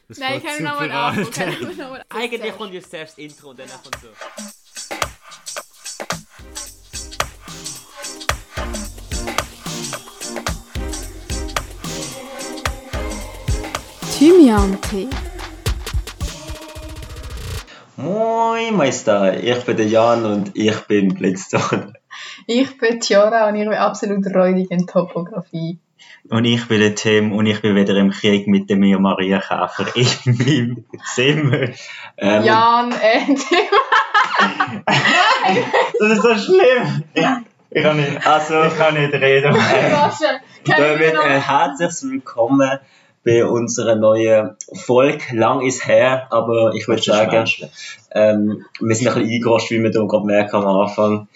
Das Nein, fängt können wir super nochmal an. anfangen. Eigentlich kommt jetzt zuerst das Intro und dann kommt so. Thymian-Tee. Moin Meister, ich bin der Jan und ich bin Blitzdorn. Ich bin Tiara und ich bin absolut räudig in Topografie. Und ich bin der Tim und ich bin wieder im Krieg mit dem Maria Käfer in meinem Zimmer. Jan, Tim. Das ist so schlimm. Ich kann nicht reden. Damit herzlich willkommen bei unserer neuen Folge. Lang ist her, aber ich würde sagen, wir sind ein bisschen eingerostet, wie wir da gerade merken am Anfang.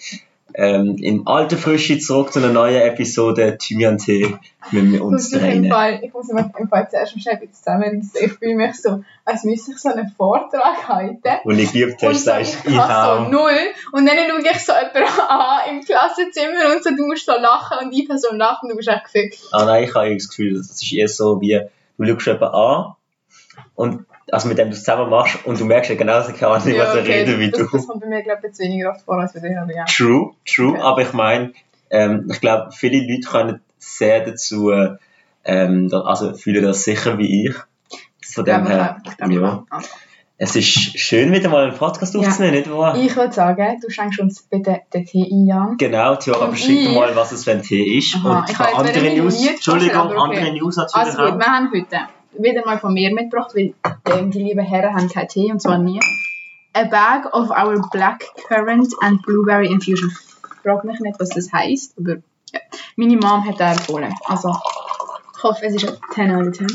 In alter Frische zurück zu einer neuen Episode Thymian-Tee mit mir uns drehen. Ich muss mich im Fall zuerst mal ein bisschen zusammenreissen. Ich fühle mich so, als müsste ich so einen Vortrag halten. Wo ich geübt hast, sagst ich habe so 0. Und dann schaue ich so jemanden an im Klassenzimmer und so, du musst so lachen und die Person lacht und du bist echt gefickt. Ah nein, ich habe das Gefühl, das ist eher so wie, du schaust jemanden an und also mit dem du es zusammen machst und du merkst ja genauso gar nicht, was er redet wie du. Das kommt bei mir, glaube ich, jetzt weniger oft vor, als bei dir. Ja. True, Okay. aber ich meine, ich glaube, viele Leute können sehr dazu, also fühlen das sicher wie ich. Von dem her, ja. Es ist schön, wieder mal einen Podcast aufzunehmen, nicht wahr? Ich würde sagen, du schenkst uns bitte den Tee ein, Jan. Genau, Tiara, beschreib mal, was es für ein Tee ist. Aha, und ich habe andere jetzt News, Lied Entschuldigung, vorstellen, aber okay. andere News natürlich Also gut, wir haben heute wieder mal von mir mitgebracht, weil die lieben Herren haben keinen Tee, und zwar nie. A bag of our black currant and blueberry infusion. Ich frage mich nicht, was das heisst, aber ja. Meine Mom hat das empfohlen. Also, ich hoffe, es ist ein 10 out of 10.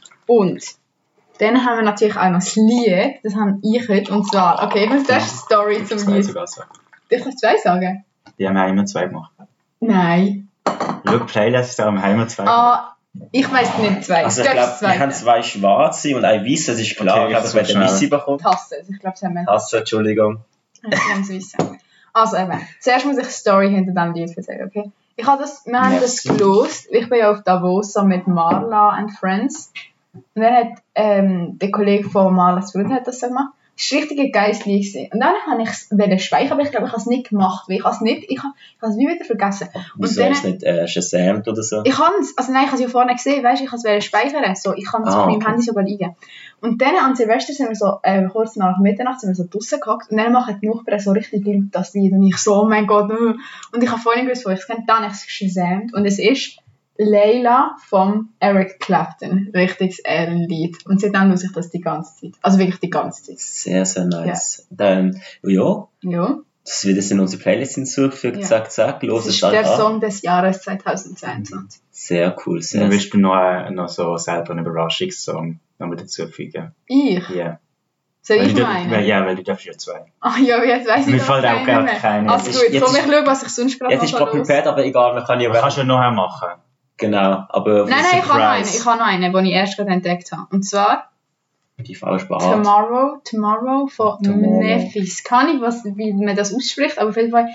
Und dann haben wir natürlich auch noch das Lied, das habe ich heute, und zwar, okay, ich muss zuerst die Story zum Lied. Sogar so. Ich kann 2 sagen? Die haben immer 2 gemacht. Nein. Schau, Playlist, da haben wir 2 gemacht. Ah, ich weiss nicht 2. Also ich glaube, wir haben 2 schwarze und ein weiß, das ist klar. Okay, ich glaube, es wird das ein ist weiße bekommen. Tasse, ich glaube, es haben wir. Tasse, Entschuldigung. Ich kann es wissen. Also eben, zuerst muss ich die Story hinter dem Lied erzählen, okay? Wir haben das gelost. Ich bin ja auf Davos so mit Marla and Friends. Und dann hat der Kollege von Marlas Bruder hat das so gemacht. Das war ein richtig geiles Lied gewesen. Und dann wollte ich es speichern, aber ich glaube, ich habe es nicht gemacht. Weil ich habe es wie wieder vergessen. Wieso hast du es nicht shazamt oder so? Ich habe es, also nein, ich habe es ja vorne gesehen, weißt du, ich wollte es speichern. So, ich kann es auf meinem Handy sogar liegen. Und dann an Silvester sind wir so, kurz nach Mitternacht sind wir so draussen gehockt und dann machen die Nachbarn so richtig laut das Lied und ich so, oh mein Gott. Und ich habe vorhin gewusst, wo ich es kenne, dann habe ich es gesamt und es ist Layla von Eric Clapton, richtiges Ehrenlied. Und seitdem höre ich das die ganze Zeit. Also wirklich die ganze Zeit. Sehr, sehr nice. Dann, ja. Das wird jetzt in unsere Playlist hinzugefügt. Ja. Zack, zack. Los, das ist der Song des Jahres 2022. Sehr cool. Dann willst du noch so selber einen Überraschungssong noch dazufügen. Ich? Ja. Soll ich meinen? Ja, weil du darfst ja 2. Ach ja, jetzt weiss ich mir fällt auch gar keine. Also gut, komm, ich schaue, was ich sonst gerade noch. Jetzt ist gerade prepared, aber egal, man kann ja... Kannst du nachher machen. Genau, aber... Nein, ich habe noch eine, die ich erst gerade entdeckt habe. Und zwar... Die falsch behalten. Tomorrow von Nevis. Kann ich, wie man das ausspricht, aber auf jeden Fall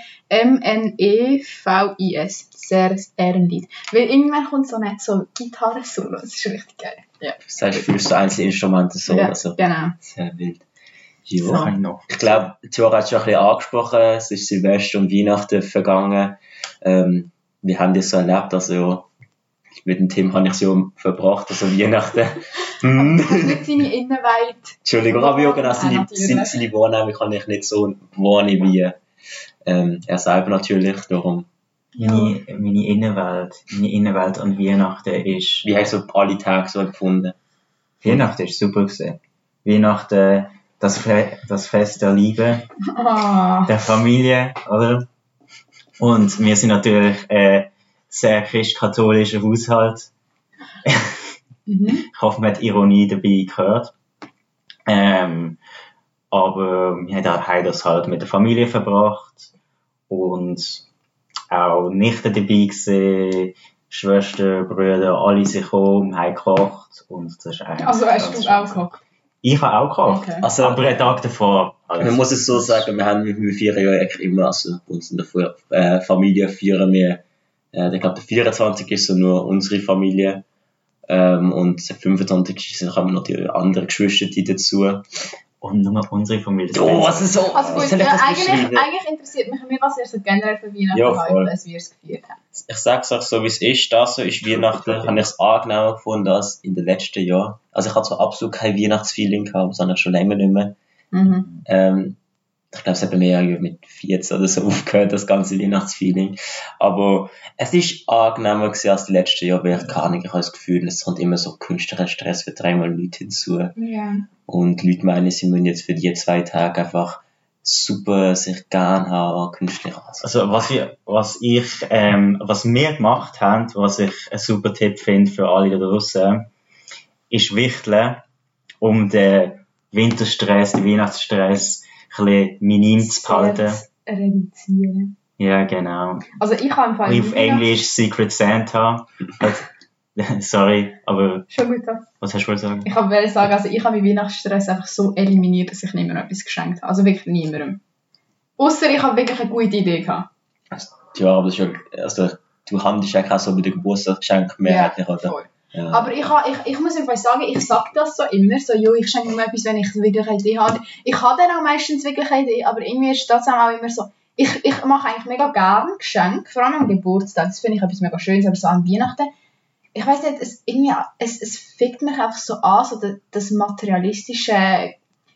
M-N-E-V-I-S. Sehr Ehrenlied. Weil irgendwann kommt so ein Gitarre-Solo. Das ist richtig geil. Ja. Das heißt, für so einzelne Instrumente so. Ja, also. Genau. Sehr wild. Ja. So. Ich glaube, Tiara hat es schon ein bisschen angesprochen. Es ist Silvester und Weihnachten vergangen. Wir haben das so erlebt, also mit dem Tim habe ich es ja verbracht, also Weihnachten. Aber das ist nicht seine Innenwelt. Entschuldigung, aber ja, genau, seine Wahrnehmung kann ich nicht so wahrnehmen wie er selber natürlich, darum. Meine Innenwelt an Weihnachten ist... Wie hast du alle Tage so empfunden? Weihnachten ist super gewesen. Weihnachten, das Fest der Liebe, der Familie, oder? Und wir sind natürlich sehr christkatholischer Haushalt. Ich hoffe, man hat Ironie dabei gehört. Aber wir haben das halt mit der Familie verbracht und auch Nichten dabei gesehen, Schwestern, Brüder, alle sind gekommen, haben gekocht und das ist eigentlich... Also hast du auch gekocht? Ich habe auch gekocht, okay. Also, aber einen Tag davor. Man muss es so sagen, wir feiern ja eigentlich immer, also bei uns in der Familie feiern wir, ich glaube der 24 ist so nur unsere Familie Und der 25. kommen noch die anderen Geschwister dazu. Und nur unsere Familie. Oh, was ist so? Also gut, eigentlich interessiert mich mehr, was ihr so generell für Weihnachten habt, als wir es gefeiert haben. Ich sag's euch so, wie es ist. Das so ist Weihnachten, habe ich es angenehmer gefunden als in den letzten Jahren. Also ich hatte zwar absolut kein Weihnachtsfeeling gehabt, das habe ich schon länger nicht mehr. Ich glaube, es hat bei mir mit 14 oder so aufgehört, das ganze Weihnachtsfeeling. Aber es ist angenehmer gewesen als die letzten Jahre, weil ich gar nicht, ich habe das Gefühl, es kommt immer so künstlicher Stress für dreimal Leute hinzu. Ja. Und die Leute meinen, sie müssen jetzt für die 2 Tage einfach super sich gern haben, künstlich. Also was wir gemacht haben, was ich einen super Tipp finde für alle da draussen, ist Wichteln, um den Winterstress, den Weihnachtsstress ein bisschen minim zu halten. Reduzieren. Ja, genau. Also ich habe im Fall... Auf Englisch Secret Santa. Sorry, aber... Schon gut. Was hast du wohl sagen? Ich wollte sagen, also ich habe meinen Weihnachtsstress einfach so eliminiert, dass ich niemandem etwas geschenkt habe. Also wirklich niemandem. Ausser ich habe wirklich eine gute Idee gehabt. Ja, aber das ist ja... Also, du handelst ja auch so mit dem Geburtstagsgeschenk mehrheitlich, oder? Voll. Ja. Aber ich muss einfach sagen, ich sage das so immer, so, jo, ich schenke mir etwas, wenn ich wirklich eine Idee habe. Ich habe dann auch meistens wirklich eine Idee, aber irgendwie ist das auch immer so, ich mache eigentlich mega gerne Geschenke, vor allem am Geburtstag, das finde ich etwas mega Schönes, aber so an Weihnachten, ich weiss nicht, es fickt mich einfach so an, so das materialistische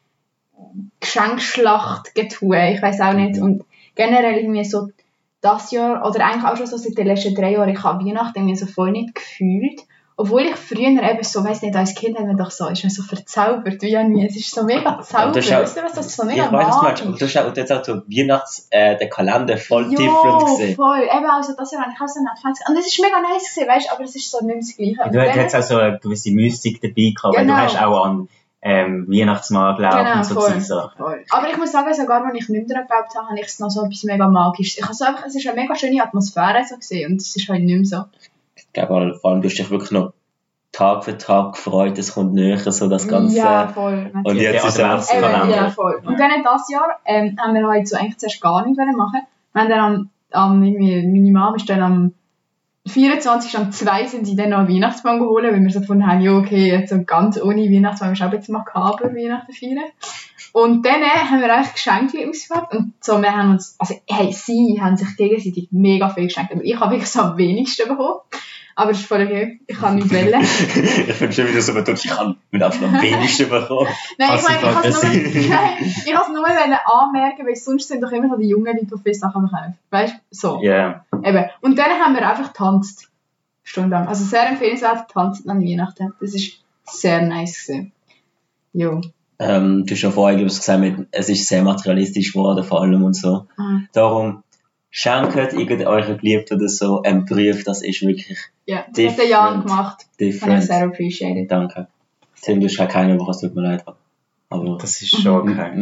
Geschenkschlachtgetue, ich weiss auch nicht, und generell irgendwie so das Jahr, oder eigentlich auch schon so seit den letzten 3 Jahren, ich habe Weihnachten irgendwie so voll nicht gefühlt. Obwohl ich früher eben so, weiss nicht, als Kind haben wir doch so, ist man so verzaubert, wie an mir. Es ist so mega zaubert. Weißt du was, das ist so mega magisch. Ich weiss, was du meinst. Und du hast auch so der Kalender voll different gesehen. Ja, voll. Eben, also das Jahr habe ich auch so einen Advents. Und es ist mega nice gewesen, weißt du, aber es ist so nicht das Gleiche. Du hast auch so eine gewisse Mystik dabei gehabt, weil du hast auch an Weihnachtsmann geglaubt und so Sachen. Voll. Aber ich muss sagen, sogar wenn ich nicht mehr daran geglaubt habe, habe ich es noch so etwas mega Magisches. Ich habe so einfach, es ist eine mega schöne Atmosphäre so gesehen und es ist halt nicht mehr so. Ich glaube, vor allem, du hast dich wirklich noch Tag für Tag gefreut, es kommt näher, so das Ganze. Ja, voll. Natürlich. Und jetzt ist es ja, voll. Und dann das Jahr haben wir halt so eigentlich zuerst gar nichts machen. Wir haben dann meine Mama ist dann am 24. am 2. sind sie dann noch einen Weihnachtsbaum geholt, weil wir so gefunden haben, ja okay, jetzt so ganz ohne Weihnachtsbaum ist auch jetzt makaber Weihnachten feiern. Und dann haben wir eigentlich Geschenke ausgepackt und so, wir haben uns, also sie haben sich gegenseitig mega viel geschenkt, aber ich habe wirklich so am wenigsten bekommen. Aber das ist voll okay, ich kann nicht wählen. Ich finde schon wieder so, ich kann mit Abstand am wenigsten bekommen. Nein, ich meine, ich kann es nur anmerken, weil sonst sind doch immer so die jungen Leute, die viele Sachen bekommen. Weißt du? So. Ja. Yeah. Eben. Und dann haben wir einfach getanzt. Stundenlang. Also sehr empfehlenswert, tanzen an Weihnachten. Das ist sehr nice gewesen. Jo. Du hast ja vorher gesagt, es ist sehr materialistisch geworden, vor allem und so. Darum, schenkt euren Geliebten oder so einen Brief, das ist wirklich das hat der Jan gemacht. Different. Habe ich sehr appreciated. Danke. Tim, du hast ja keine Woche, es tut mir leid. Aber das ist schon okay.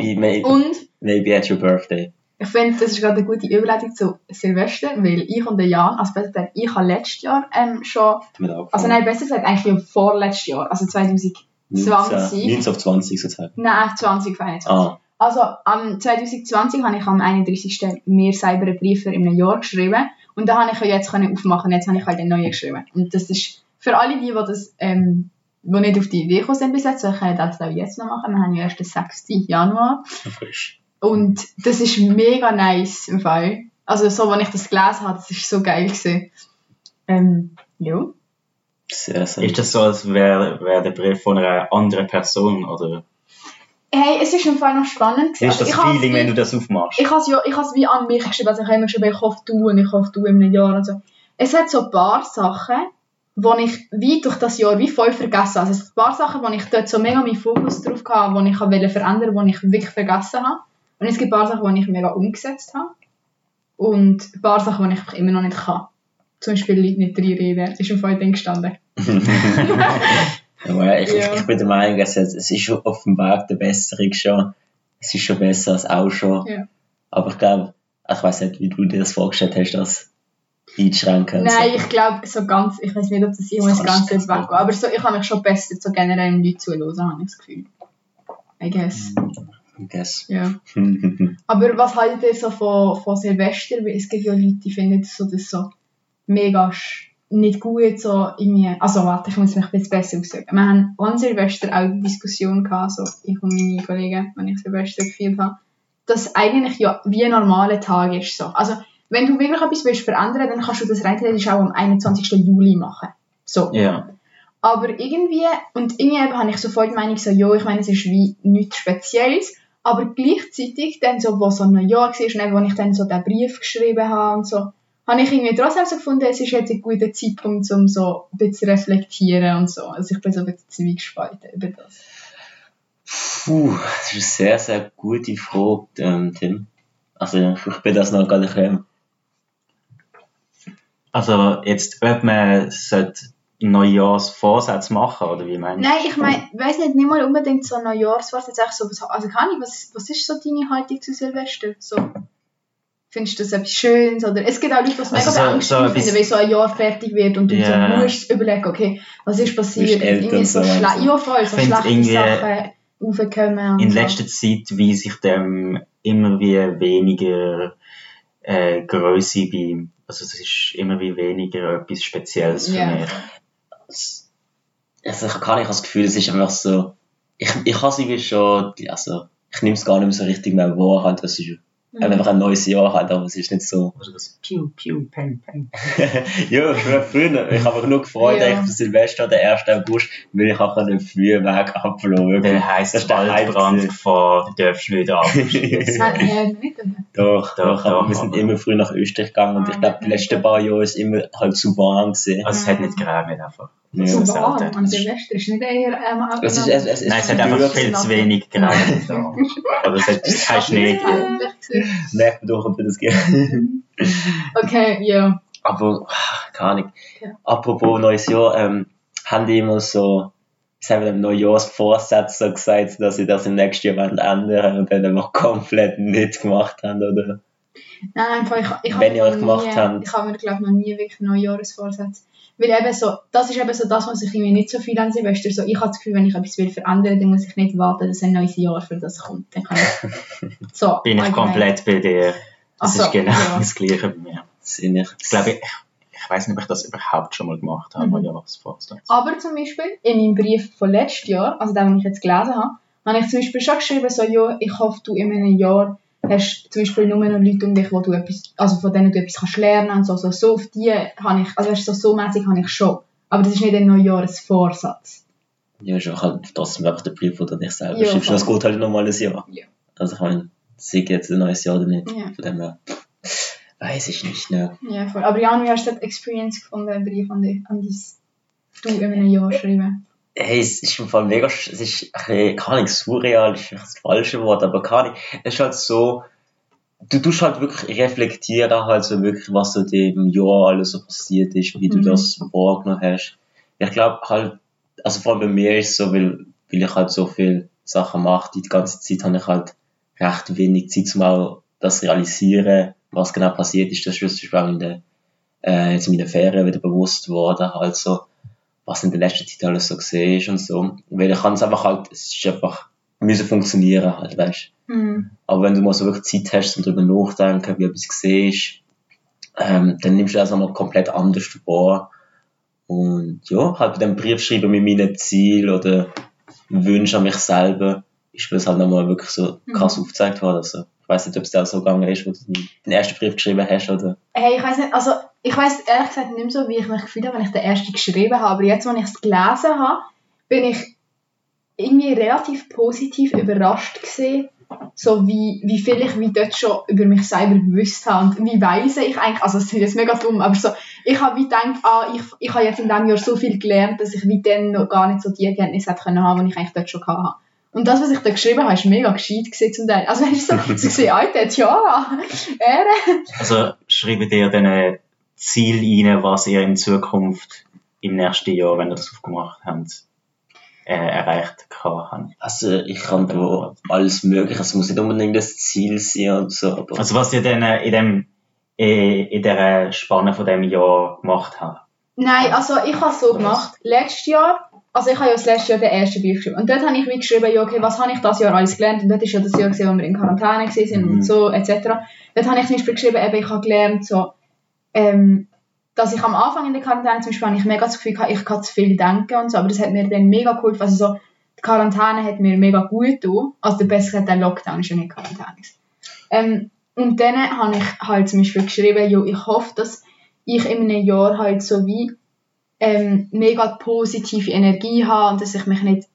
Maybe at your birthday. Ich finde, das ist gerade eine gute Überleitung zu Silvester, weil ich und der Jan, also besser gesagt, ich habe letztes Jahr schon, also nein, besser gesagt eigentlich vorletztes Jahr, also 2020. 19 auf 20 sozusagen. Nein, 2021. Also am 2020 habe ich am 31. mir selber einen Brief für in einem Jahr geschrieben und da habe ich jetzt aufmachen, jetzt habe ich halt den neuen geschrieben. Und das ist für alle die das die nicht auf die Idee gekommen sind bis jetzt, so können das auch jetzt noch machen. Wir haben ja erst den 6. Januar. Frisch. Und das ist mega nice im Fall. Also so, als ich das gelesen habe, das ist so geil gewesen. Ja. Sehr, sehr. Ist das so, als wäre der Brief von einer anderen Person, oder? Hey, es ist im Fall noch spannend gewesen. Wie ist das Feeling, wenn du das aufmachst? Ich habe es wie an mich geschrieben, also ich habe immer geschrieben, ich hoffe du und ich hoffe du in einem Jahr und so. Es hat so ein paar Sachen, die ich wie durch das Jahr wie voll vergessen habe. Also es sind ein paar Sachen, wo ich dort so mega meinen Fokus drauf hatte, die ich verändern wollte, die ich wirklich vergessen habe. Und es gibt ein paar Sachen, die ich mega umgesetzt habe. Und ein paar Sachen, die ich einfach immer noch nicht kann. Zum Beispiel Leute nicht reinreden. Das ist im Fall dann gestanden. Ich bin der Meinung, es ist schon auf dem Weg der Besserung schon. Es ist schon besser als auch schon. Ja. Aber ich glaube, ich weiss nicht, wie du dir das vorgestellt hast, das einzuschränken. Nein, ich glaube, so ganz, ich weiß nicht, ob das jemals ganz jetzt weggehen. Aber so, ich habe mich schon besser so generell Leute zuhören, habe ich das Gefühl. I guess. Ja. Aber was haltet ihr so von Silvester? Weil es gibt ja Leute, die finden so, das so mega nicht gut, so irgendwie, also warte, ich muss mich ein bisschen besser ausdrücken. Wir haben an Silvester auch eine Diskussion gehabt, so ich und meine Kollegen, wenn ich Silvester gefeiert habe, dass eigentlich ja wie ein normaler Tag ist, so. Also, wenn du wirklich etwas willst verändern, dann kannst du das rein theoretisch auch am 21. Juli machen. So. Ja. Aber irgendwie habe ich sofort die Meinung so, ja, ich meine, es ist wie nichts Spezielles, aber gleichzeitig dann so, wo so ein Jahr war und eben, wo ich dann so den Brief geschrieben habe und so, habe ich irgendwie trotzdem so gefunden, es ist jetzt ein guter Zeitpunkt, um so ein bisschen zu reflektieren und so. Also ich bin so ein bisschen zwiegespalten über das. Das ist eine sehr, sehr gute Frage, Tim. Also ich bin das noch gar nicht Also jetzt, ob man Neujahrsvorsätze machen, oder wie meinst du? Nein, ich meine, weiss nicht mal unbedingt so Neujahrsvorsätze, so, also kann ich, was ist so deine Haltung zu Silvester? So, findest du das etwas Schönes? Oder es gibt auch Leute, die es mega beängstigend finden, wenn so ein Jahr fertig wird und du so musst überlegen, okay, was ist passiert? Irgendwie so ja, voll, so schlechte Sachen aufkommen. In letzter Zeit weiss ich dem immer wie weniger Grösse bei, also es ist immer wie weniger etwas Spezielles für mich. Also ich habe das Gefühl, es ist einfach so, ich habe es irgendwie schon, also ich nehme es gar nicht mehr so richtig mehr wahr, halt, das ist einfach ein neues Jahr halt, aber es ist nicht so. Oder das Piu, Piu, Peng, Peng. Ja, ich war früher, ich habe mich nur gefreut, eigentlich für Silvester, der 1. August, weil ich auch einen Feuerwerk abflogen. Der heisst Waldbrand von, du darfst nicht abschließen. Doch, wir sind immer früh nach Österreich gegangen und ich glaube, die letzten paar Jahre ist immer halt zu warm gewesen. Also es hat nicht geregnet einfach. Ja. So warm, an Silvester ist nicht eher Nein, es hat einfach viel zu wenig geregnet. Aber es hat keinen Schnee gegeben. Merkt man doch, wie das geht. Okay, ja. Aber, keine Ahnung. Ja. Apropos neues Jahr, haben die immer so, sagen wir, Neujahrsvorsatz so gesagt, dass sie das im nächsten Jahr ändern und dann einfach komplett nicht gemacht haben, oder? Nein, einfach, ich wenn ihr euch gemacht habt. habt. Ich habe mir, glaube ich, noch nie wirklich Neujahrsvorsätze. Weil eben so, das ist eben so das, was ich irgendwie nicht so viel an Silvester so, ich habe das Gefühl, wenn ich etwas will verändern, dann muss ich nicht warten, dass ein neues Jahr für das kommt. Dann kann ich so. Bin ich komplett bei dir. Das ist genau das Gleiche bei mir. Ich glaube, ich weiss nicht, ob ich das überhaupt schon mal gemacht habe, Neujahrsvorsatz. Aber zum Beispiel in meinem Brief von letztes Jahr, also den ich jetzt gelesen habe ich zum Beispiel schon geschrieben, so, ja, ich hoffe, du in einem Jahr hast zum Beispiel nur noch Leute um dich, wo du etwas, also von denen du etwas kannst lernen und so auf die habe ich, also so mäßig habe ich schon. Aber das ist nicht ein Neujahrsvorsatz. Ja, ist auch halt trotzdem einfach der Brief, oder dich selber schreibst. Das geht halt nochmal ein Jahr. Ja. Also ich meine, sei jetzt ein neues Jahr oder nicht. Ja. Von dem her weiss ich nicht, ne. Ja, voll. Aber Jan, wie hast du die Experience gefunden, einen Brief an du in einem Jahr schreiben? Hey, es ist im Fall mega, es ist ein bisschen, surreal, ist das falsche Wort, aber es ist halt so, du tust halt wirklich reflektieren, halt so wirklich, was so dem Jahr alles so passiert ist, wie du das wahrgenommen hast. Ich glaube halt, also vor allem bei mir ist es so, weil ich halt so viele Sachen mache, die ganze Zeit habe ich halt recht wenig Zeit, um auch das realisieren, was genau passiert ist. Das ist zum Beispiel auch jetzt in meinen Ferien wieder bewusst worden, halt so, was in der letzten Zeit alles so gesehen ist und so. Weil ich kann es einfach halt, es ist einfach, müssen funktionieren halt, weißt du. Aber wenn du mal so wirklich Zeit hast, um darüber nachzudenken, wie etwas gesehen ist, dann nimmst du das auch noch komplett anders wahr. Und ja, halt bei dem Brief schreiben mit meinen Zielen oder Wünschen an mich selber, ist mir das halt nochmal wirklich so krass aufgezeigt worden. Also, ich weiss nicht, ob es da so gegangen ist, wo du den ersten Brief geschrieben hast, oder? Hey, ich weiss nicht, also ich weiss ehrlich gesagt nicht mehr so, wie ich mich gefühlt habe, wenn ich den ersten geschrieben habe, aber jetzt, als ich es gelesen habe, bin ich irgendwie relativ positiv überrascht gewesen, so wie viel ich wie dort schon über mich selber gewusst habe und wie weise ich eigentlich, also es ist jetzt mega dumm, aber so, ich habe wie gedacht, ich habe jetzt in diesem Jahr so viel gelernt, dass ich wie dann noch gar nicht so die Erkenntnisse hätte können haben, die ich eigentlich dort schon hatte. Und das, was ich da geschrieben habe, ist mega gescheit gewesen zum Teil. Also weißt du, so gesehen, Alter, ja, Ehre. Also schreibt ihr dann Ziel rein, was ihr in Zukunft im nächsten Jahr, wenn ihr das aufgemacht habt, erreicht habt? Also ich kann da alles Mögliche, es muss nicht unbedingt das Ziel sein und so. Aber also was ihr dann in dieser Spanne von diesem Jahr gemacht habt? Nein, also ich habe es so gemacht, letztes Jahr, also ich habe ja das letzte Jahr den ersten Brief geschrieben und dort habe ich wie geschrieben, ja okay, was habe ich das Jahr alles gelernt und dort ist ja das Jahr, wo wir in Quarantäne waren und so etc. Dort habe ich zum Beispiel geschrieben, eben, ich habe gelernt, so, dass ich am Anfang in der Quarantäne zum Beispiel habe ich mega das Gefühl gehabt, ich kann zu viel denken und so, aber das hat mir dann mega geholfen. Also so, die Quarantäne hat mir mega gut getan. Also der beste gesagt, der Lockdown ist ja nicht Quarantäne. Und dann habe ich halt zum Beispiel geschrieben, jo, ich hoffe, dass ich in einem Jahr halt so wie mega positive Energie habe und dass ich mich nicht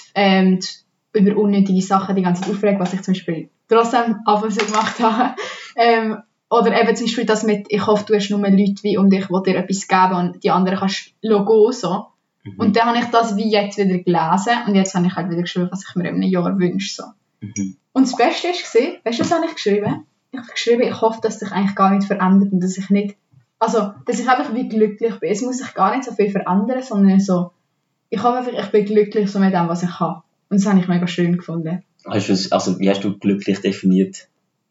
über unnötige Sachen die ganze Zeit aufrege, was ich zum Beispiel trotzdem ab und zu gemacht habe. Oder eben zum Beispiel das mit, ich hoffe, du hast nur Leute wie um dich, die dir etwas geben und die anderen kannst du gehen, so. Mhm. Und dann habe ich das wie jetzt wieder gelesen und jetzt habe ich halt wieder geschrieben, was ich mir in einem Jahr wünsche. So. Mhm. Und das Beste war, weißt du, was habe ich geschrieben? Ich habe geschrieben, ich hoffe, dass sich eigentlich gar nicht verändert und dass ich nicht, also, dass ich einfach wie glücklich bin. Es muss sich gar nicht so viel verändern, sondern so, ich hoffe einfach, ich bin glücklich so mit dem, was ich habe. Und das habe ich mega schön gefunden. Also, wie hast du glücklich definiert?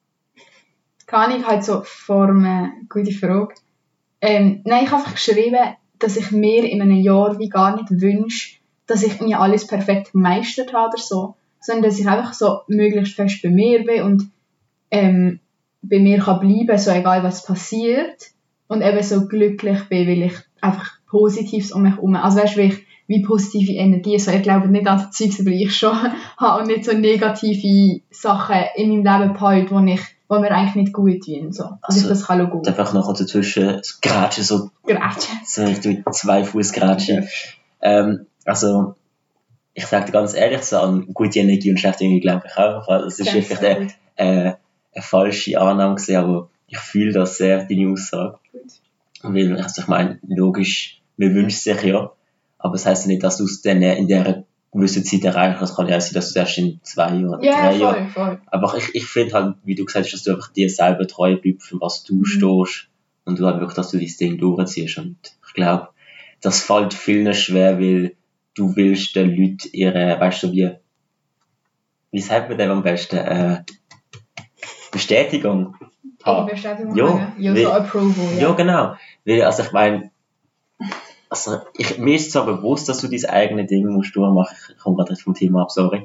Kann ich halt so Formen, gute Frage. Nein, ich habe einfach geschrieben, dass ich mir in einem Jahr wie gar nicht wünsche, dass ich mir alles perfekt gemeistert habe oder so, sondern dass ich einfach so möglichst fest bei mir bin und bei mir kann bleiben, so egal was passiert und eben so glücklich bin, weil ich einfach Positives um mich herum, also weißt du, wie positive Energie, so ich glaube nicht an das Zeug, die ich schon habe und nicht so negative Sachen in meinem Leben behalte, die mir eigentlich nicht gut tun, so. Also ich das kann gut. Einfach noch dazwischen Grätschen, so richtig 2 Fuß Grätschen. Also, ich sage dir ganz ehrlich, so an gute Energie und schlechte Energie glaube ich auch. Das ist wirklich eine falsche Annahme gewesen, aber ich fühle das sehr, deine Aussage. Weil, also ich meine, logisch, man wünscht sich ja, aber das heisst nicht, dass du es dann in dieser gewissen Zeit erreichen kannst. Es kann ja sein, dass du es erst in 2 Jahren oder 3 Jahren. Voll. Aber ich finde halt, wie du gesagt hast, dass du einfach dir selber treu bleibst, für was du stehst und du halt wirklich, dass du dein Ding durchziehst. Und ich glaube, das fällt vielen schwer, weil du willst den Leuten ihre, weißt du, wie sagt man dem am besten? Bestätigung haben. Bestätigung haben, ja. So Approval, ja. Ja, genau. Weil, also ich meine, mir ist zwar bewusst, dass du dein eigenes Ding musst durchmachen. Ich komme gerade vom Thema ab, sorry.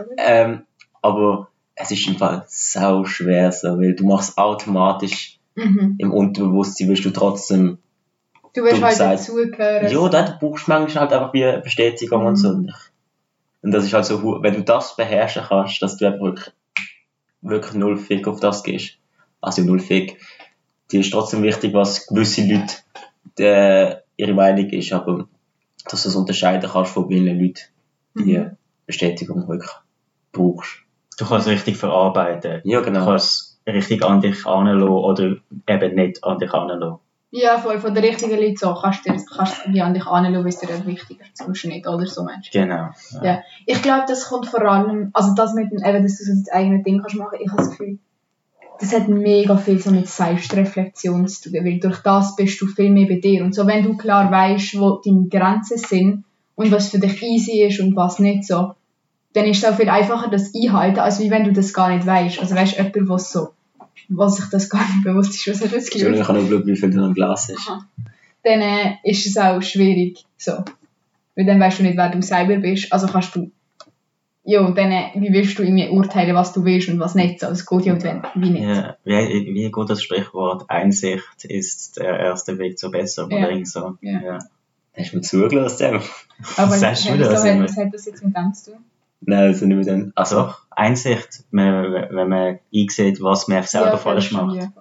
Aber es ist im Fall sau schwer so, weil du machst automatisch im Unterbewusstsein, willst du trotzdem. Du willst halt dazugehören. Ja, du brauchst manchmal halt einfach wie Bestätigung und so. Und das ist halt so, wenn du das beherrschen kannst, dass du einfach wirklich null Fick auf das gehst. Also null Fick. Dir ist trotzdem wichtig, was gewisse Leute ihre Meinung ist, aber dass du es unterscheiden kannst, von welchen Leuten die Bestätigung wirklich brauchst. Du kannst es richtig verarbeiten. Ja, genau. Du kannst es richtig an dich heranlassen oder eben nicht an dich heranlassen. Ja, voll von den richtigen Leuten so. Kannst du wie an dich heranlassen, ist dir dann wichtiger. Sonst nicht, oder so Menschen. Genau. Ja. Ich glaube, das kommt vor allem, also das mit dem, eben, dass du so dein eigenes Ding kannst machen, ich habe das Gefühl, das hat mega viel so mit Selbstreflexion zu tun, weil durch das bist du viel mehr bei dir. Und so, wenn du klar weißt, wo deine Grenzen sind und was für dich easy ist und was nicht so, dann ist es auch viel einfacher, das einhalten, als wie wenn du das gar nicht weißt. Also weißt du, jemand, was sich das gar nicht bewusst ist, was er das Gefühl. Ich kann nur schauen, wie viel du im Glas hast. Dann ist es auch schwierig, so. Weil dann weißt du nicht, wer du selber bist. Also kannst du, ja, und dann, wie willst du irgendwie urteilen, was du willst und was nicht, so. Das geht ja wie nicht. Ja, wie gut das Sprichwort, Einsicht ist der erste Weg zur Besserung, oder irgendwie so. Ja. Hast du mir zugelassen? Aber was hat das jetzt mit dem zu tun? Nein, also nicht mit dem. Also, Einsicht, wenn man einsieht, was man selber falsch macht. Ja.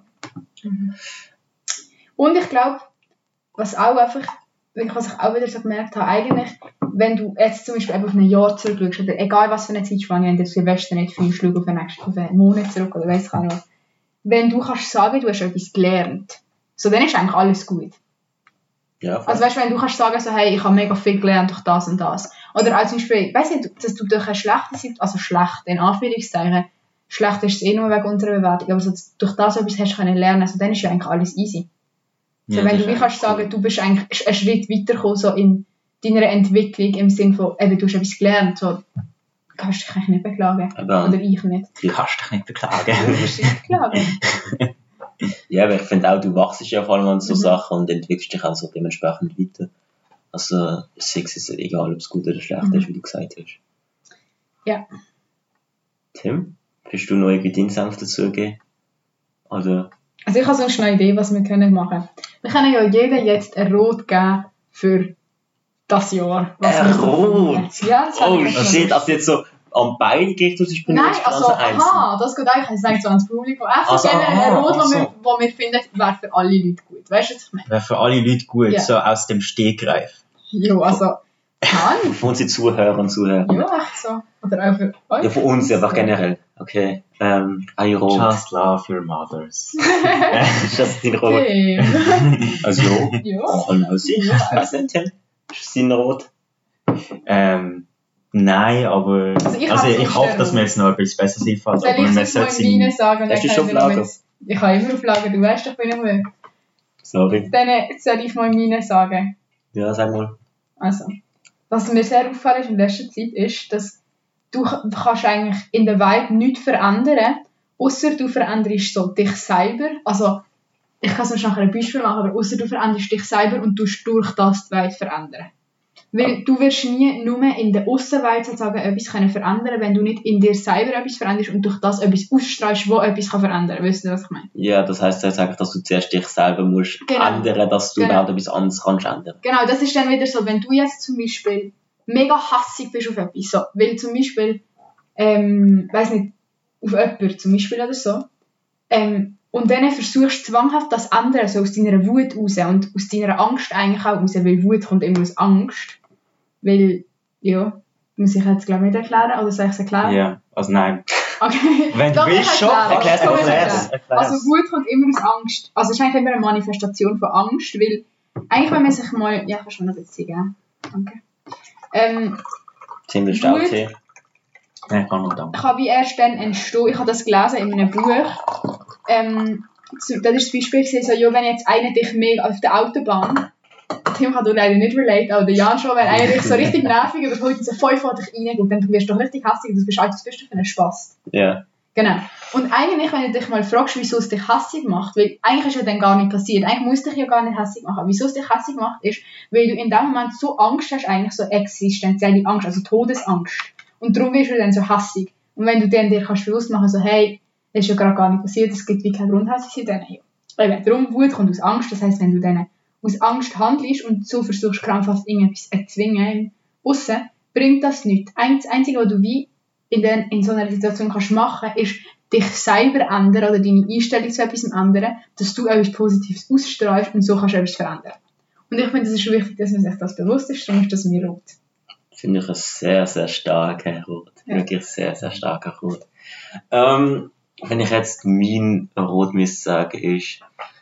Und ich glaube, was ich auch wieder so gemerkt habe, eigentlich, wenn du jetzt zum Beispiel auf ein Jahr zurückschaust, oder egal was für eine Zeitspanne, wenn du Silvester nicht fühlst, schau auf einen Monat zurück, oder weiss ich auch nicht. Wenn du kannst sagen, du hast etwas gelernt, so, dann ist eigentlich alles gut. Ja, also weißt du, wenn du kannst sagen, so, hey, ich habe mega viel gelernt durch das und das. Oder als zum Beispiel, weiss nicht, dass du durch eine schlechte Situation, also schlecht, in Anführungszeichen, schlecht ist es eh nur wegen unserer Bewertung, aber so, durch das etwas hast du können lernen, also dann ist ja eigentlich alles easy. So, ja, wenn du wie kannst sagen, du bist eigentlich einen Schritt weitergekommen, so in deiner Entwicklung, im Sinne von, eben, du hast etwas gelernt, so, kannst du dich eigentlich nicht beklagen. Aber oder ich nicht. Du kannst dich nicht beklagen. Du kannst dich nicht beklagen. Ja, aber ich finde auch, du wachst ja vor allem an so Sachen und entwickelst dich auch so dementsprechend weiter. Also, es ist egal, ob es gut oder schlecht ist, wie du gesagt hast. Ja. Tim, willst du noch irgendwie deinen Senf dazugeben? Oder? Also ich habe sonst eine Idee, was wir machen können. Wir können ja jedem jetzt ein Rot geben für das Jahr. Ein Rot? Ja, das Oh shit, also jetzt so am Bein geht du sich Nein, also, aha, das geht eigentlich, ich sage so ans Publikum. Also ein Rot, wo wir finden, wäre für alle Leute gut. Weißt du, was ich meine? Wäre für alle Leute gut, so aus dem Stegreif. Ja, also, kann. Von unseren Zuhörern und Zuhörern. Ja, echt so. Oder auch für euch. Ja, von uns einfach generell. Okay. Ein Rot. Just love your mothers. Ist das dein Rot? Okay. Also ja. Ja. Kann auch sein. Ja. Ich weiss nicht, Tim. Ist es dein Rot? Nein, aber Also ich hoffe, dass mir jetzt noch etwas Besseres einfällt. Soll ich es mal in meine sagen? Hast du schon auf Lager? Ich habe immer auf Lager, du weißt doch, wie ich will. Sorry. Dann soll ich mal meine sagen. Ja, sag mal. Also, was mir sehr auffällt in letzter Zeit ist, dass du kannst eigentlich in der Welt nichts verändern, außer du veränderst so dich selber. Also, ich kann es mir nachher ein Beispiel machen, aber außer du veränderst dich selber und du durch das die Welt verändern. Weil du wirst nie nur in der Aussenwelt sozusagen etwas verändern können, wenn du nicht in dir selber etwas veränderst und durch das etwas ausstrahlst, das etwas verändern kann. Weißt du, was ich meine? Ja, das heisst jetzt eigentlich, dass du zuerst dich selber musst ändern, dass du dann etwas anderes kannst ändern. Genau, das ist dann wieder so, wenn du jetzt zum Beispiel mega hassig bist auf etwas, so, weil zum Beispiel, weiss nicht, auf jemanden zum Beispiel oder so, und dann versuchst du zwanghaft das andere, so aus deiner Wut raus und aus deiner Angst eigentlich auch raus, weil Wut kommt immer aus Angst. Weil, ja, muss ich jetzt glaube ich nicht erklären, oder soll ich es erklären? Ja, also nein. Okay. Wenn du willst, schon, erklär's. Also Wut kommt immer aus Angst. Also es ist eigentlich immer eine Manifestation von Angst, weil eigentlich wenn man sich mal... Ja, kannst du mir noch ein bisschen geben. Danke. Ziemlich stark Tee. Nein, kann nur danken. Ich habe erst dann entstehen, ich habe das gelesen in einem Buch. Das ist das Beispiel gewesen, so, ja, wenn jetzt einer dich mega auf der Autobahn, Tim kann du leider nicht relate, aber der Jan schon, wenn einer dich so richtig nervig überholt und so voll vor dich reingeht, dann wirst du doch richtig hässlich und du bist was bist du für einen Spaß. Ja. Yeah. Genau. Und eigentlich, wenn du dich mal fragst, wieso es dich hässlich macht, weil eigentlich ist ja dann gar nicht passiert, eigentlich muss dich ja gar nicht hässlich machen. Wieso es dich hässlich macht, ist, weil du in dem Moment so Angst hast, eigentlich so existenzielle Angst, also Todesangst. Und darum wirst du dann so hässlich. Und wenn du dann dir kannst bewusst machen, so, hey, das ist ja gerade gar nicht passiert, es gibt wie keinen Grund hässlich zu sein, dann ja. Darum, Wut kommt aus Angst, das heisst, wenn du dann aus Angst handelst und so versuchst, krampfhaft irgendetwas zu erzwingen im Aussen, bringt das nichts. Das Einzige, was du wie in so einer Situation kannst machen, ist, dich selber ändern oder deine Einstellung zu etwas ändern, dass du etwas Positives ausstrahlst und so kannst du etwas verändern. Und ich finde, es ist wichtig, dass man sich das bewusst ist, darum ist das mir rot. Finde ich ein sehr, sehr starker Rot. Ja. Wirklich sehr, sehr starker Rot. Wenn ich jetzt mein Rot müsste sagen, ist,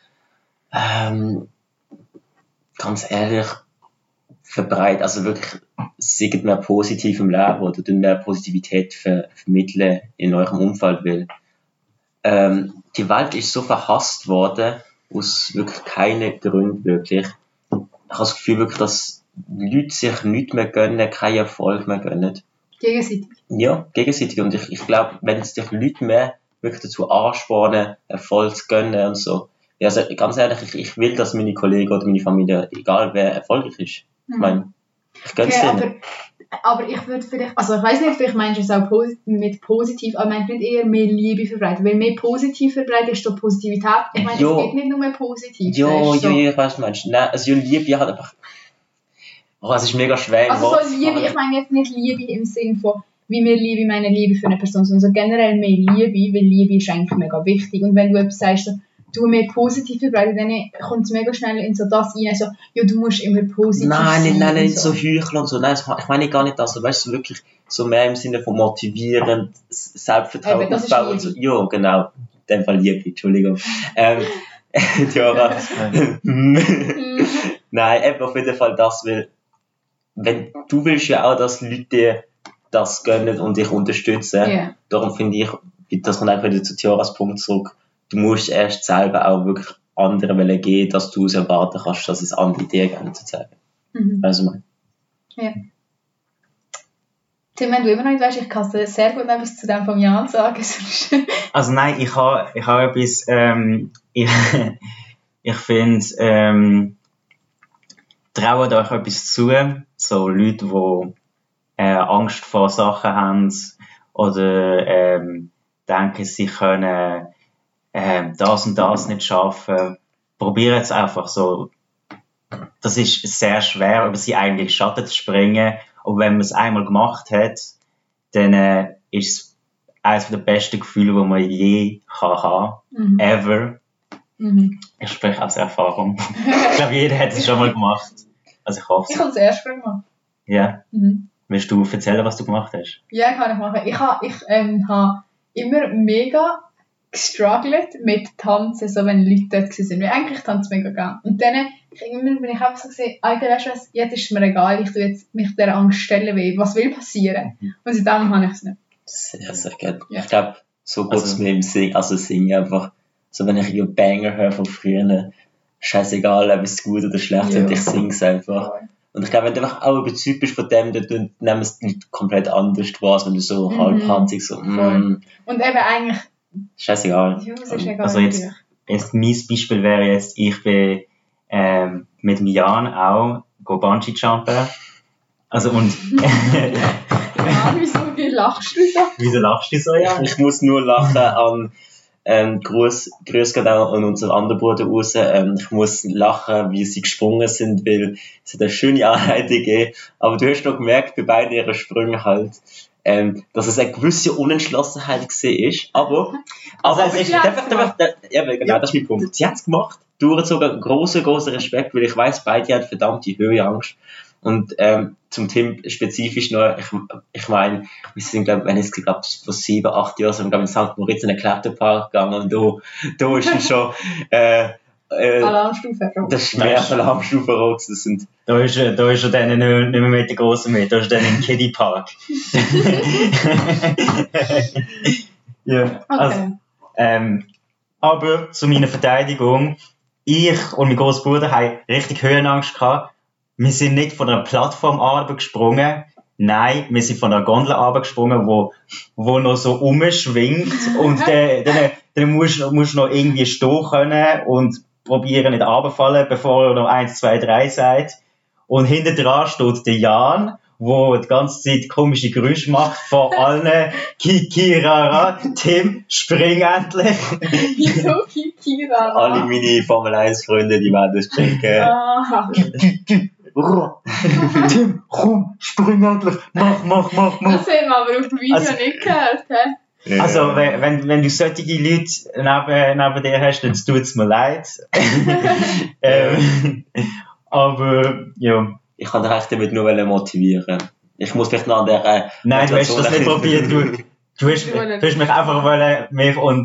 ganz ehrlich, verbreitet, also wirklich, seid mehr positiv im Leben oder mehr Positivität vermitteln in eurem Umfeld, weil die Welt ist so verhasst worden, aus wirklich keinen Gründen wirklich. Ich habe das Gefühl wirklich, dass Leute sich nichts mehr gönnen, keinen Erfolg mehr gönnen. Gegenseitig. Ja, gegenseitig. Und ich glaube, wenn es dich Leute mehr wirklich dazu anspornen, Erfolg zu gönnen und so. Ja, also ganz ehrlich, ich will, dass meine Kollegen oder meine Familie, egal wer erfolgreich ist, ich meine, ich gönn's denen. Aber ich würde vielleicht, also ich weiss nicht, vielleicht meinst du es auch mit positiv, aber meinst du nicht eher mehr Liebe verbreiten? Weil mehr positiv verbreiten ist so Positivität. Ich meine, es geht nicht nur mehr positiv. Ja, ich weiß, was du meinst. Nein, also Liebe hat einfach... Oh, es ist mega schwer. Also so Liebe, ich meine jetzt nicht Liebe im Sinn von, wie wir Liebe, meine Liebe für eine Person, sondern so generell mehr Liebe, weil Liebe ist eigentlich mega wichtig. Und wenn du etwas sagst, so, du mehr positiv verbreiten, dann kommt es mega schnell in so das rein, so, ja, du musst immer positiv sein. Nein, nicht so heucheln und so. Nein, ich meine gar nicht das. Weißt du, wirklich so mehr im Sinne von motivierend, Selbstvertrauen aufbauen und so. Ja, genau. In dem Fall Liebe, Entschuldigung. Jora. Nein, eben auf jeden Fall das, weil wenn du willst ja auch, dass Leute dir das gönnen und dich unterstützen. Yeah. Darum finde ich, das kommt einfach wieder zu Joras Punkt zurück, du musst erst selber auch wirklich anderen geben, dass du es erwarten kannst, dass es andere dir geben, sozusagen. Also mein. Ja. Tim, wenn du immer noch nicht weißt, ich kann dir sehr gut etwas zu dem von Jan sagen. Also nein, ich habe etwas, ich finde, traut euch etwas zu, so Leute, die Angst vor Sachen haben oder denken, sie können das und das nicht schaffen, probieren es einfach so. Das ist sehr schwer, über sie eigentlich Schatten zu springen. Aber wenn man es einmal gemacht hat, dann ist es eines der besten Gefühle, die man je haben kann. Ever. Ich spreche aus Erfahrung. Ich glaube, jeder hat es schon mal gemacht. Also ich hoffe es. Ich habe es erst gemacht. Ja. Willst du erzählen, was du gemacht hast? Ja, kann ich machen. Ich habe immer mega gestruggelt mit Tanzen, so wenn Leute dort waren. Weil eigentlich tanze ich mega gerne. Und dann bin ich einfach so gesehen, Alter, weißt du was, jetzt ist es mir egal, ich tue jetzt mich dieser Angst stellen, weil was will passieren? Und seitdem habe ich es nicht. Sehr, sehr gut. Ja. Ich glaube, so geht es mir im Singen einfach. So, wenn ich einen Banger höre von früher, scheißegal, ob es gut oder schlecht wird, ich singe es einfach. Und ich glaube, wenn du einfach auch überzeugt bist von dem, dann nehmen es nicht komplett anders wahr, als wenn du so halbherzig so, Und eben eigentlich, scheißegal. ja, es ist egal. Also jetzt mein Beispiel wäre jetzt, ich bin mit dem Jan auch Bungee-Jumpen. Also und... Ja, wieso lachst du so? Wieso lachst du so, Jan? Ich muss nur lachen an Grüß geht auch an unseren anderen Bruder raus. Ich muss lachen, wie sie gesprungen sind, weil es hat eine schöne Anleitung gegeben. Aber du hast noch gemerkt, bei beiden ihren Sprüngen halt, dass es eine gewisse Unentschlossenheit gesehen ist. Aber es ist einfach, genau, das ist mein Punkt. Sie hat es gemacht. Du hast sogar großen Respekt, weil ich weiss, beide haben verdammte Höhenangst. Und zum Thema spezifisch noch, ich meine, wir sind, glaube ich, vor 7, 8 Jahren sind wir, glaube ich, in St. Moritz in einen Kletterpark gegangen und da ist dann schon Alarmstufe. das ist mehr Alarmstufe rot. Da ist er dann nicht mehr mit der Grossen mit, da ist er dann im Kiddie-Park. Ja, Okay. also, aber zu meiner Verteidigung, ich und mein Großbruder haben richtig Höhenangst gehabt. Wir sind nicht von einer Plattform runtergesprungen, nein, wir sind von einer Gondel runtergesprungen, wo noch so rumschwingt und dann musst du noch irgendwie stehen können und probieren nicht runterzufallen, bevor er noch 1, 2, 3 sagt. Und hinter dran steht der Jan, der die ganze Zeit komische Geräusche macht, vor allen Kikirara, Tim, spring endlich! Wieso Kikirara? Alle meine Formel 1 Freunde, die werden das checken. Tim, komm, spring endlich, mach. Das haben wir aber auf dem Video nicht gehört, hä? Also, wenn du solche Leute neben dir hast, dann tut es mir leid. Aber, ja. Ich kann dich damit nur motivieren. Ich muss vielleicht noch an der... Nein, du hast das nicht probiert. Du hast mich einfach wollen, mich und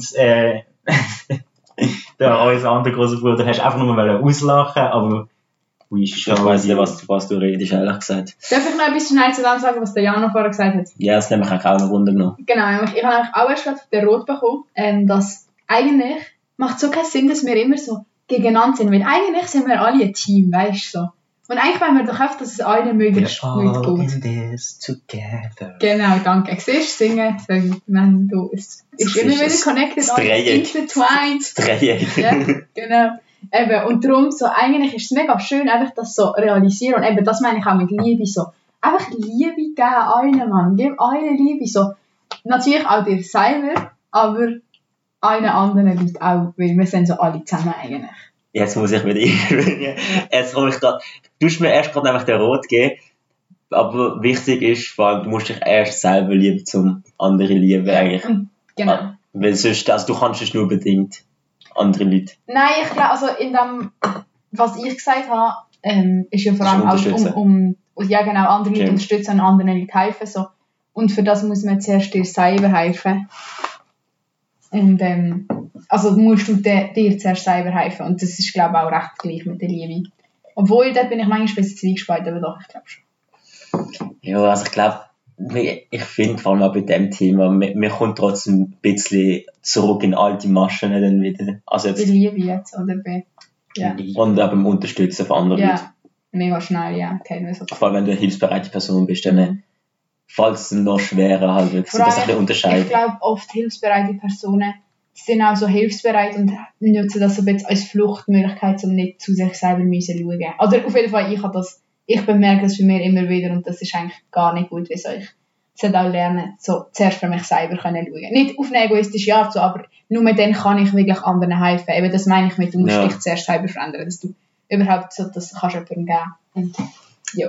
unser anderer grosser Bruder, hast einfach nur auslachen, aber... Ich weiss nicht, was du redest, ehrlich gesagt. Darf ich noch ein bisschen schnell zu dem sagen, was der Jan noch vorher gesagt hat? Ja, das nehme ich auch eine Runde genommen. Genau, ich habe auch erst gerade auf den Rot bekommen, dass eigentlich macht so keinen Sinn, dass wir immer so gegeneinander sind, weil eigentlich sind wir alle ein Team, weißt du so. Und eigentlich wollen wir doch einfach, dass es allen möglichst gut geht. In this together. Genau, danke. Siehst du, singen, wenn du, es ist immer wieder connected, alles intertwined. Dreieck. Ja, genau. Eben, und darum, so, eigentlich ist es mega schön, einfach das so realisieren. Und eben, das meine ich auch mit Liebe, so. Einfach Liebe geben allen, Mann. Gib allen Liebe, so. Natürlich auch dir selber, aber allen anderen Leuten auch, weil wir sind so alle zusammen eigentlich. Jetzt muss ich wieder einbringen. Jetzt komme ich gerade. Du hast mir erst gerade einfach den Rot geben. Aber wichtig ist, vor allem, du musst dich erst selber lieben, zum andere lieben eigentlich. Genau. Weil sonst, also du kannst es nur bedingt andere Leute. Nein, ich glaube, also in dem, was ich gesagt habe, ist ja vor allem auch ja genau, andere Leute unterstützen und anderen Leuten helfen. So. Und für das muss man zuerst dir selber helfen. Und also musst du dir zuerst selber helfen. Und das ist, glaube ich, auch recht gleich mit der Liebe. Obwohl, dort bin ich manchmal ein bisschen zwiegespalten, aber doch, ich glaube schon. Ja, also ich glaube, ich finde vor allem auch bei dem Thema, wir kommen trotzdem ein bisschen zurück in alte Maschen dann wieder. Also jetzt, bei Liebe jetzt, oder bei... Ja. Und auch beim Unterstützen von anderen Leuten. Ja, mega schnell, ja. Vor allem, wenn du eine hilfsbereite Person bist, dann fällt es noch schwerer, halt wirklich so, das ein bisschen unterscheiden. Ich glaube, oft hilfsbereite Personen sind auch so hilfsbereit und nutzen das so ein bisschen als Fluchtmöglichkeit, um nicht zu sich selber schauen müssen. Oder auf jeden Fall, ich bemerke das für mich immer wieder und das ist eigentlich gar nicht gut, wieso ich sollte auch lernen, so zuerst für mich selber können schauen. Nicht auf eine egoistische Art, so, aber nur dann kann ich wirklich anderen helfen. Eben, das meine ich mit, du musst dich zuerst selber verändern, dass du überhaupt so, das kannst jemandem geben. Und, ja.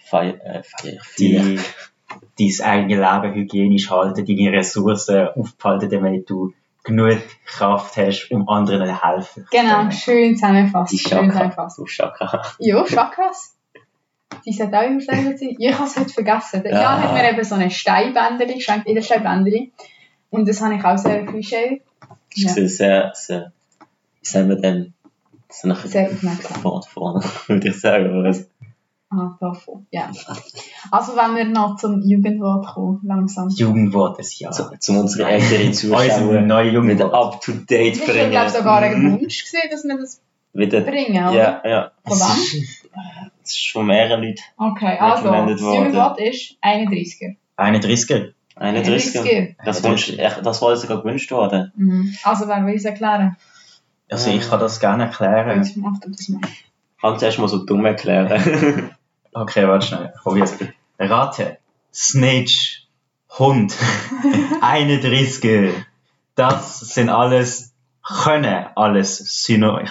Dein eigenes Leben hygienisch halten, deine Ressourcen aufhalten, damit du genug Kraft hast, um anderen zu helfen. Genau, schön zusammenfassen. Du Chakra. Ja, Chakras. Die sollte auch immer selber sein. Ja, ich habe es heute vergessen. Der Jan hat mir eben so ein Steinbändeli geschenkt, Edelsteinbändeli. Und das habe ich auch sehr Klischee. Das ist sehr, wie sagen wir denn? Sehr aufmerksam. Vorne, würde ich sagen. Was? Davon, ja. Also wenn wir noch zum Jugendwort kommen, langsam. Jugendwort des Jahres. Zu unseren älteren Zuschauern wieder up-to-date bringen. bringen. Ich glaube sogar ein Wunsch gesehen, dass wir das bringen, oder? Ja. Von wem? Das ist von mehreren Leuten. Okay, also, das Jugendwort ist 31er. 31er? 31er. Das war sogar gewünscht worden. Mhm. Also, wer will es erklären? Also, ich kann das gerne erklären. Jetzt mach du das mal. Kannst du erst mal so dumm erklären? Okay, warte schnell. Probier's. Ratte, Snitch, Hund, 31er. Das sind alles, können alles Synonym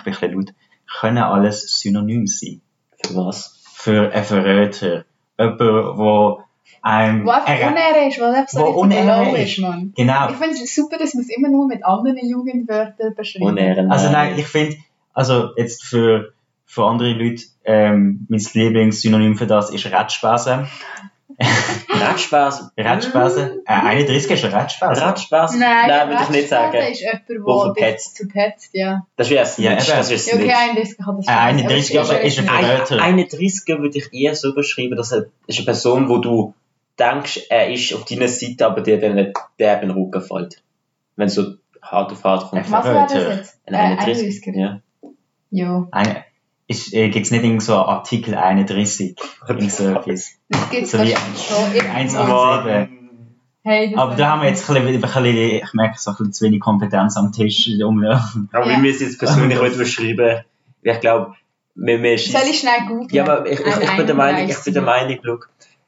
sein. Für was? Für einen Verräter. Jemand, der einem... Was unehr ist, was so unehr ist, Mann. Genau. Ich finde es super, dass man es immer nur mit anderen Jugendwörtern beschreibt. Also nein, ich finde, also jetzt für andere Leute, mein Lieblingssynonym für das ist Rattspasse. Rattspasse? Rattspasse? 31 ist ein Rattspasse. Rattspasse? Nein, würde ich nicht sagen. Rattspasse ist jemand, der dich verpetzt, ja. Das wäre es nicht. Das ist ja, okay, 31 kann das 31 ist ein Verräter. 31 würde ich eher so beschreiben, dass er ist eine Person, wo du denkst, er ist auf deiner Seite, aber dir dann nicht der in den Rücken fällt. Wenn es so hart auf hart kommt. Was war das jetzt? Ein 31. Ja. Jo. Gibt es nicht irgend so Artikel 31? Irgend so etwas? Das gibt es so wie schon. 187. Hey, aber da haben wir jetzt ein bisschen, ich merke, so ein bisschen zu wenig Kompetenz am Tisch. Aber wie wir es jetzt persönlich heute beschreiben, ich glaube, wir soll ich schnell googeln? Ja, aber ich bin der Meinung, Luke,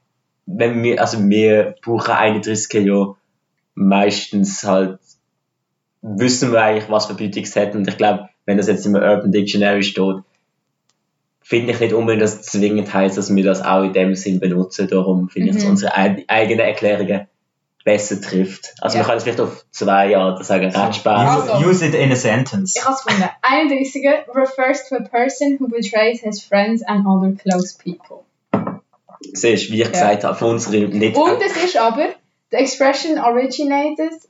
wir brauchen 31 Jahre meistens halt, wissen wir eigentlich, was für Bedeutung es hat. Und ich glaube, wenn das jetzt im Urban Dictionary steht, finde ich nicht unbedingt, dass es zwingend heisst, dass wir das auch in dem Sinn benutzen. Darum finde ich, dass unsere eigenen Erklärungen besser trifft. Also wir können es vielleicht auf 2 Arten sagen, Rattspaß. Also, use it in a sentence. Ich habe es gefunden. 31er refers to a person who betrays his friends and other close people. Siehst du, wie ich gesagt habe, für unsere nicht... Und es ist aber, the expression originates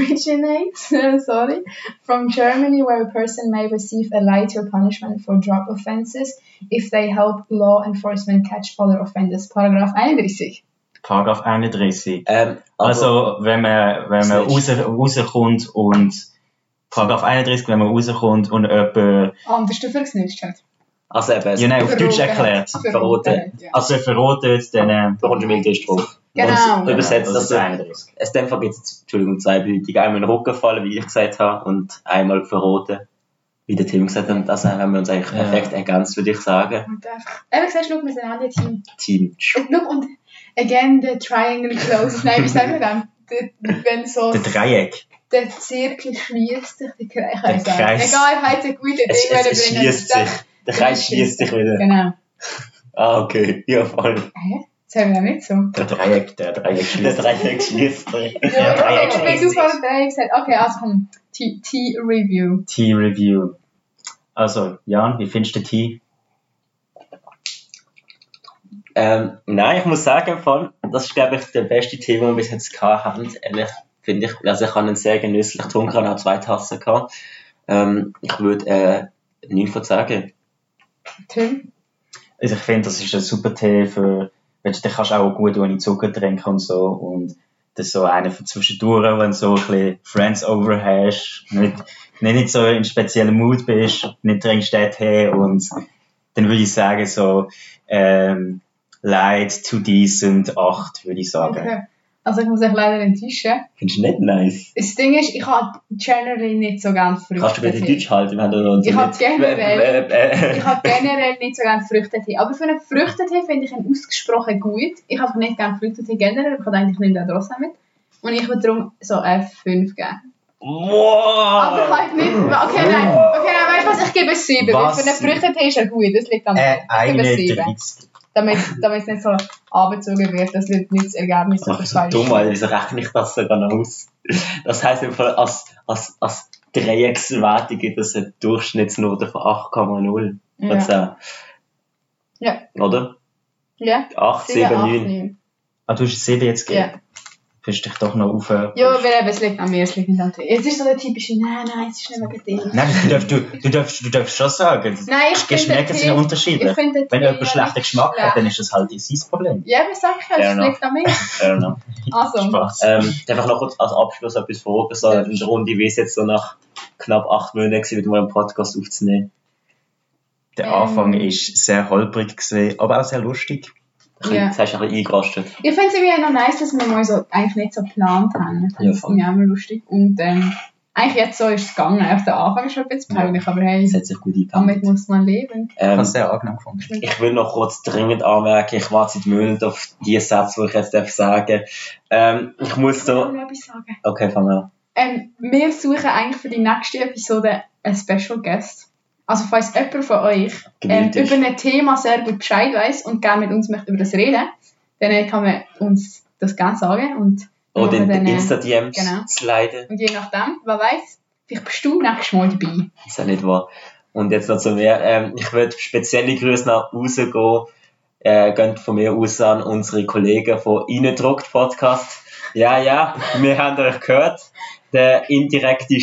from Germany, where a person may receive a lighter punishment for drug offences if they help law enforcement catch other offenders. Paragraph 31. Paragraph 31. Also, wenn man rauskommt und... Paragraph 31, wenn man rauskommt und jemand... Anders dafür gesnitcht hat. Also eben... Ja, nein, auf Deutsch erklärt. Verroten. Ja. Also, verrotet, dann... Da kommt schon milde drauf. Genau. Und übersetzt, das ist 31. Es in dem Fall gibt es, Entschuldigung, 2 Bedeutungen. Einmal in den Rücken fallen, wie ich gesagt habe, und einmal verroten, wie der Tim gesagt hat. Also haben wir uns eigentlich perfekt ergänzt, würde ich sagen. Und ehrlich gesagt, schau, wir sind alle Team. Und again, the triangle closes. Nein, wie sagen wir dann? Wenn so... Der Dreieck. Der Zirkel schließt sich, der Kreis. Egal, ich habe ein gutes Ding es schließt sich. Der Kreis schließt sich wieder. Genau. Ah, okay. Ja, voll. Das haben wir nicht so. Der Dreieck schließt. Der Dreieck schließt sich. Ja, ich bin super Dreieck gesagt. Okay, also komm. Tea-Review. Tea-Review. Also, Jan, wie findest du Tee? Nein, ich muss sagen, das ist, glaube ich, der beste Tee, den wir bis jetzt hatten. Ehrlich, finde ich. Also, ich habe ihn sehr genüsslich getrunken, habe auch 2 Tassen gehabt. Ich würde 9 von 10 geben. Tim? Also, ich finde, das ist ein super Tee für, den kannst du auch gut ohne Zucker trinken und so. Und das ist so einer für zwischendurch, wenn du so ein bisschen Friends over hast, nicht so in speziellen Mood bist, nicht trinkst den Tee, und dann würde ich sagen, so, light to decent 8, würde ich sagen. Okay. Also ich muss euch leider enttäuschen. Findest du nicht nice? Das Ding ist, ich habe generell nicht so gerne Früchte. Kannst du bitte Deutsch halten? Wir haben da noch Ich habe generell nicht so gerne Früchtetee. Aber für einen Früchtetee finde ich ihn ausgesprochen gut. Ich habe nicht gerne Früchtetee generell. Ich habe eigentlich nicht mehr trotzdem mit. Und ich würde darum so eine 5 geben. Wow! Aber halt nicht... Okay, nein, weißt du was? Ich gebe es 7. Weil für einen Früchtetee ist er gut. Das liegt an mir. Ich gebe es 7. Damit es nicht so angezogen wird, dass nicht das Ergebnis so so dumm, weil wieso rechne ich das sogar noch aus? Das heisst, als Dreieckswertung gibt es eine Durchschnittsnote von 8,0. Ja. Ja. Oder? Ja. 8, 7, 9. Ah, du hast 7 jetzt gegeben? Ja. Kannst dich doch noch auf... Ja, weil es liegt an mir, es liegt nicht an dir. Jetzt ist so der typische, nein, es ist nicht wegen dir. Nein, du darfst schon sagen. Nein, ich Geschmäcker sind unterschiedlich. Wenn jemand schlechten Geschmack hat, dann ist das halt sein Problem. Ja, aber sag ich ja, es liegt an mir. Fair enough. Also. Spaß. Einfach noch kurz als Abschluss etwas fragen. So in der Runde, wie es jetzt so nach knapp 8 Monaten war, wieder mal einen Podcast aufzunehmen. Der Anfang war sehr holprig gewesen, aber auch sehr lustig. Ja. Das hast du ein bisschen eingerastet. Ich finde es irgendwie noch nice, dass wir mal so eigentlich nicht so geplant haben. Ich finde es irgendwie auch mal lustig. Und eigentlich jetzt so ist es gegangen. Auf der Anfang ist schon ein bisschen peinlich, aber hey, Das hat sich gut damit eingependelt. muss man leben. Ich habe es sehr angenehm gefunden. Ich will noch kurz dringend anmerken, ich warte seit Monaten auf die Sätze, die ich jetzt sagen darf. Ich muss Ich da... will noch etwas sagen. Okay, fang an. Wir suchen eigentlich für die nächste Episode einen Special Guest. Also falls jemand von euch über ein Thema sehr gut Bescheid weiss und gerne mit uns möchte über das reden, dann kann man uns das gerne sagen. Und oder in den Insta-DMs genau. sliden. Und je nachdem, wer weiss, vielleicht bist du nächstes Mal dabei. Das ist ja nicht wahr. Und jetzt noch zu mir. Ich würde spezielle Grüße nach Hause gehen. Geht von mir aus an unsere Kollegen von Innendruckt Podcast. Ja, wir haben euch gehört. Der indirekte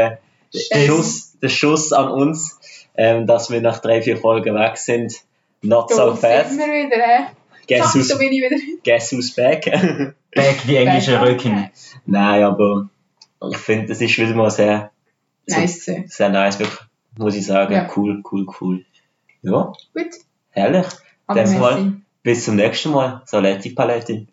Schuss an uns, dass wir nach 3-4 Folgen weg sind. Not so fast. Sind wir wieder, Guess who's back? Back, die englischen Rücken. Nein, aber ich finde, das ist wieder mal sehr nice. Sehr nice, wirklich, muss ich sagen. Ja. Cool. Ja, Gut. herrlich. Aber Dann mal merci. bis zum nächsten Mal. Saletti Paletti.